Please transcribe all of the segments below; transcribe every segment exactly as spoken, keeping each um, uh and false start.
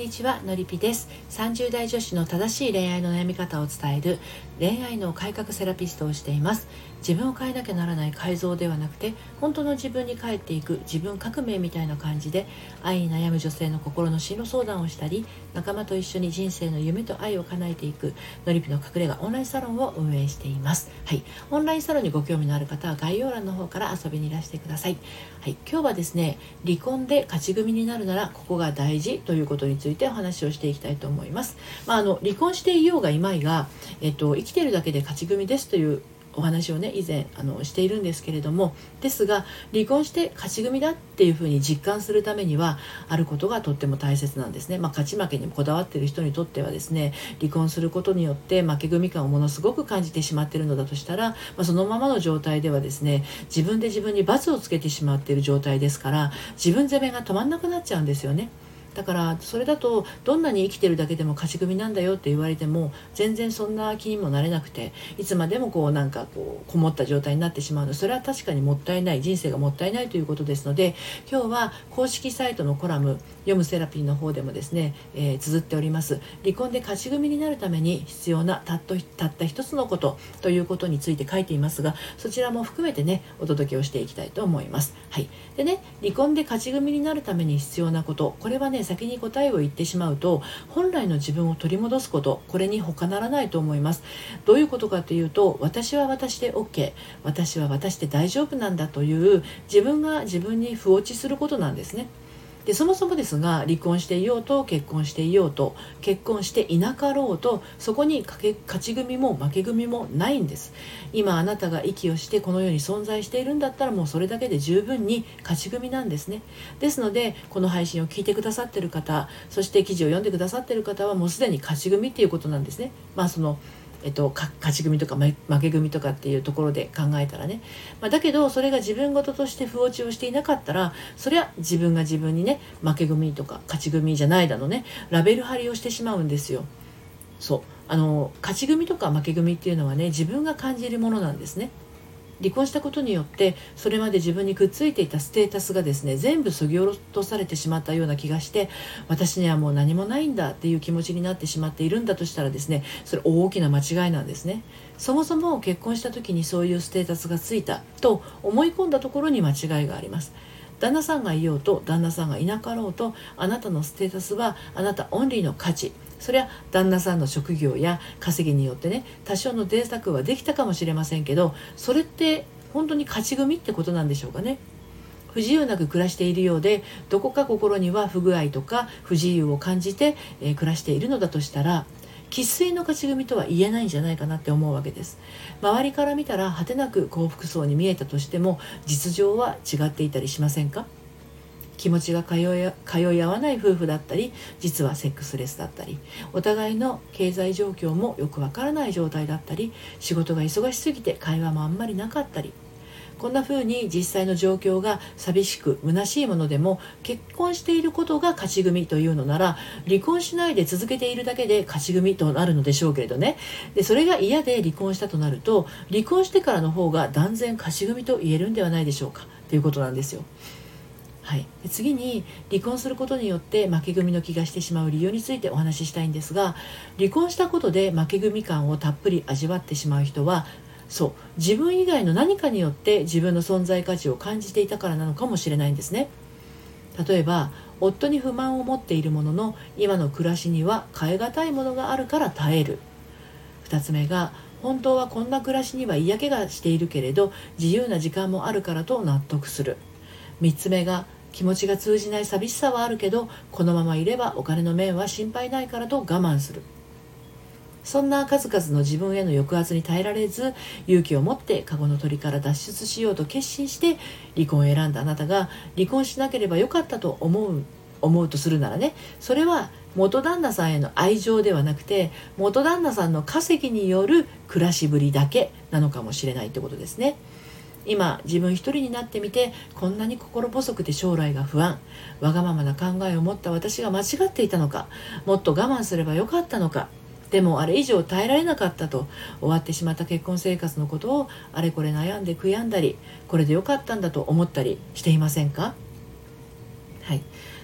にちは、のりぴです。さんじゅう代女子の正しい恋愛の悩み方を伝える恋愛の改革セラピストをしています。自分を変えなきゃならない改造ではなくて、本当の自分に帰っていく自分革命みたいな感じで、愛に悩む女性の心の進路相談をしたり、仲間と一緒に人生の夢と愛を叶えていくのりぴの隠れ家オンラインサロンを運営しています。はい、オンラインサロンにご興味のある方は概要欄の方から遊びにいらしてください。はい、今日はですね、離婚で勝ち組になるならここが大事ということについてお話をしていきたいと思います。まあ、あの離婚していようがいまいが、えっと、生きているだけで勝ち組ですというお話をね以前あのしているんですけれども、ですが離婚して勝ち組だっていうふうに実感するためにはあることがとっても大切なんですね。まあ、勝ち負けにこだわっている人にとってはですね、離婚することによって負け組感をものすごく感じてしまっているのだとしたら、まあ、そのままの状態ではですね、自分で自分に罰をつけてしまっている状態ですから、自分責めが止まんなくなっちゃうんですよね。だからそれだとどんなに生きてるだけでも勝ち組なんだよって言われても全然そんな気にもなれなくて、いつまでもこうなんかこうこもった状態になってしまうの、それは確かにもったいない、人生がもったいないということですので、今日は公式サイトのコラム読むセラピーの方でもですね、えー、綴っております離婚で勝ち組になるために必要なたっとたった一つのことということについて書いていますが、そちらも含めてねお届けをしていきたいと思います。はい、でね、離婚で勝ち組になるために必要なこと、これはね先に答えを言ってしまうと本来の自分を取り戻すこと、これに他ならないと思います。どういうことかというと、私は私で OK、 私は私で大丈夫なんだという自分が自分に不落ちすることなんですね。でそもそもですが、離婚していようと結婚していようと結婚していなかろうと、そこに勝ち組も負け組もないんです。今あなたが息をしてこの世に存在しているんだったら、もうそれだけで十分に勝ち組なんですね。ですのでこの配信を聞いてくださっている方、そして記事を読んでくださっている方はもうすでに勝ち組っていうことなんですね。まあそのえっと、勝ち組とか負け組とかっていうところで考えたらね、まあ、だけどそれが自分事として不落ちをしていなかったら、それは自分が自分にね負け組とか勝ち組じゃないだのね、ラベル貼りをしてしまうんですよ。そうあの勝ち組とか負け組っていうのはね、自分が感じるものなんですね。離婚したことによってそれまで自分にくっついていたステータスがですね全部削ぎ落とされてしまったような気がして、私にはもう何もないんだっていう気持ちになってしまっているんだとしたらですね、それ大きな間違いなんですね。そもそも結婚した時にそういうステータスがついたと思い込んだところに間違いがあります。旦那さんがいようと旦那さんがいなかろうと、あなたのステータスはあなたオンリーの価値、それは旦那さんの職業や稼ぎによってね多少の贅沢はできたかもしれませんけど、それって本当に勝ち組ってことなんでしょうかね。不自由なく暮らしているようで、どこか心には不具合とか不自由を感じて、えー、暮らしているのだとしたら、生粋の勝ち組とは言えないんじゃないかなって思うわけです。周りから見たら果てなく幸福そうに見えたとしても、実情は違っていたりしませんか？気持ちが通い、通い合わない夫婦だったり、実はセックスレスだったり、お互いの経済状況もよくわからない状態だったり、仕事が忙しすぎて会話もあんまりなかったり、こんな風に実際の状況が寂しく虚しいものでも、結婚していることが勝ち組というのなら、離婚しないで続けているだけで勝ち組となるのでしょうけれどね。でそれが嫌で離婚したとなると、離婚してからの方が断然勝ち組と言えるんではないでしょうかということなんですよ。はい、で次に離婚することによって負け組の気がしてしまう理由についてお話ししたいんですが、離婚したことで負け組感をたっぷり味わってしまう人は、そう自分以外の何かによって自分の存在価値を感じていたからなのかもしれないんですね。例えば夫に不満を持っているものの、今の暮らしには変え難いものがあるから耐える。ふたつめが、本当はこんな暮らしには嫌気がしているけれど自由な時間もあるからと納得する。みっつめが、気持ちが通じない寂しさはあるけどこのままいればお金の面は心配ないからと我慢する。そんな数々の自分への抑圧に耐えられず、勇気を持ってカゴの鳥から脱出しようと決心して離婚を選んだあなたが、離婚しなければよかったと思う思うとするならね、それは元旦那さんへの愛情ではなくて、元旦那さんの稼ぎによる暮らしぶりだけなのかもしれないってことですね。今自分一人になってみて、こんなに心細くて将来が不安、わがままな考えを持った私が間違っていたのか、もっと我慢すればよかったのか、でもあれ以上耐えられなかったと、終わってしまった結婚生活のことをあれこれ悩んで悔やんだり、これでよかったんだと思ったりしていませんか？はい、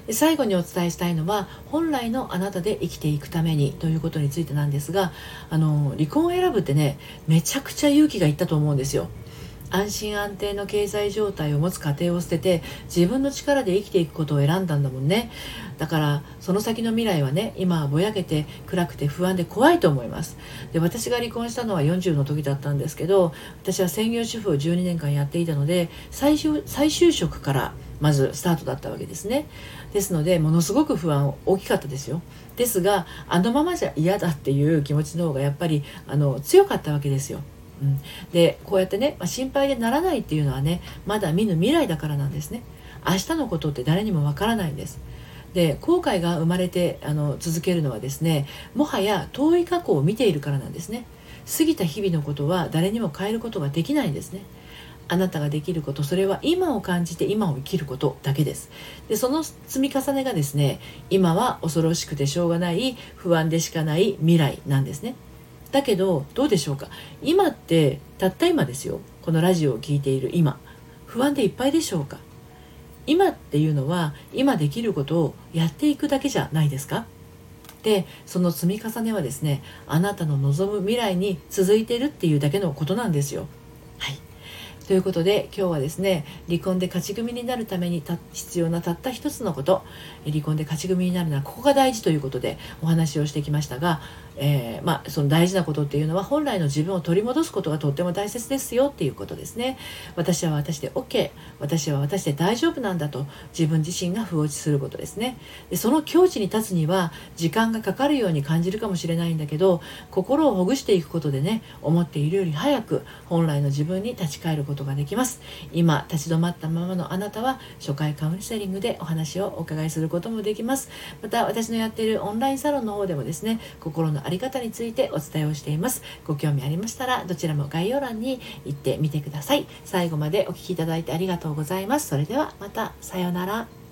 で最後にお伝えしたいのは、本来のあなたで生きていくためにということについてなんですが、あの離婚を選ぶってね、めちゃくちゃ勇気がいったと思うんですよ。安心安定の経済状態を持つ家庭を捨てて、自分の力で生きていくことを選んだんだもんね。だからその先の未来はね、今はぼやけて暗くて不安で怖いと思います。で、私が離婚したのはよんじゅうの時だったんですけど、私は専業主婦をじゅうにねんかんやっていたので、再就再就職からまずスタートだったわけですね。ですのでものすごく不安大きかったですよ。ですが、あのままじゃ嫌だっていう気持ちの方がやっぱりあの強かったわけですよ。うん、でこうやってね、まあ、心配でならないっていうのはね、まだ見ぬ未来だからなんですね。明日のことって誰にもわからないんです。で、後悔が生まれてあの続けるのはですね、もはや遠い過去を見ているからなんですね。過ぎた日々のことは誰にも変えることができないんですね。あなたができること、それは今を感じて今を生きることだけです。で、その積み重ねがですね、今は恐ろしくてしょうがない不安でしかない未来なんですね。だけどどうでしょうか。今ってたった今ですよ。このラジオを聞いている今、不安でいっぱいでしょうか。今っていうのは今できることをやっていくだけじゃないですか。で、その積み重ねはですね、あなたの望む未来に続いているっていうだけのことなんですよ。はい。ということで今日はですね、離婚で勝ち組になるためにた必要なたった一つのこと、離婚で勝ち組になるのはここが大事ということでお話をしてきましたが、えー、まあその大事なことっていうのは本来の自分を取り戻すことがとっても大切ですよっていうことですね。私は私で OK、 私は私で大丈夫なんだと自分自身が不落ちすることですね。で、その境地に立つには時間がかかるように感じるかもしれないんだけど、心をほぐしていくことでね、思っているより早く本来の自分に立ち返ることができます。今立ち止まったままのあなたは初回カウンセリングでお話をお伺いすることもできます。また私のやっているオンラインサロンの方でもですね、心のあり方についてお伝えをしています。ご興味ありましたらどちらも概要欄に行ってみてください。最後までお聞きいただいてありがとうございます。それではまた、さようなら。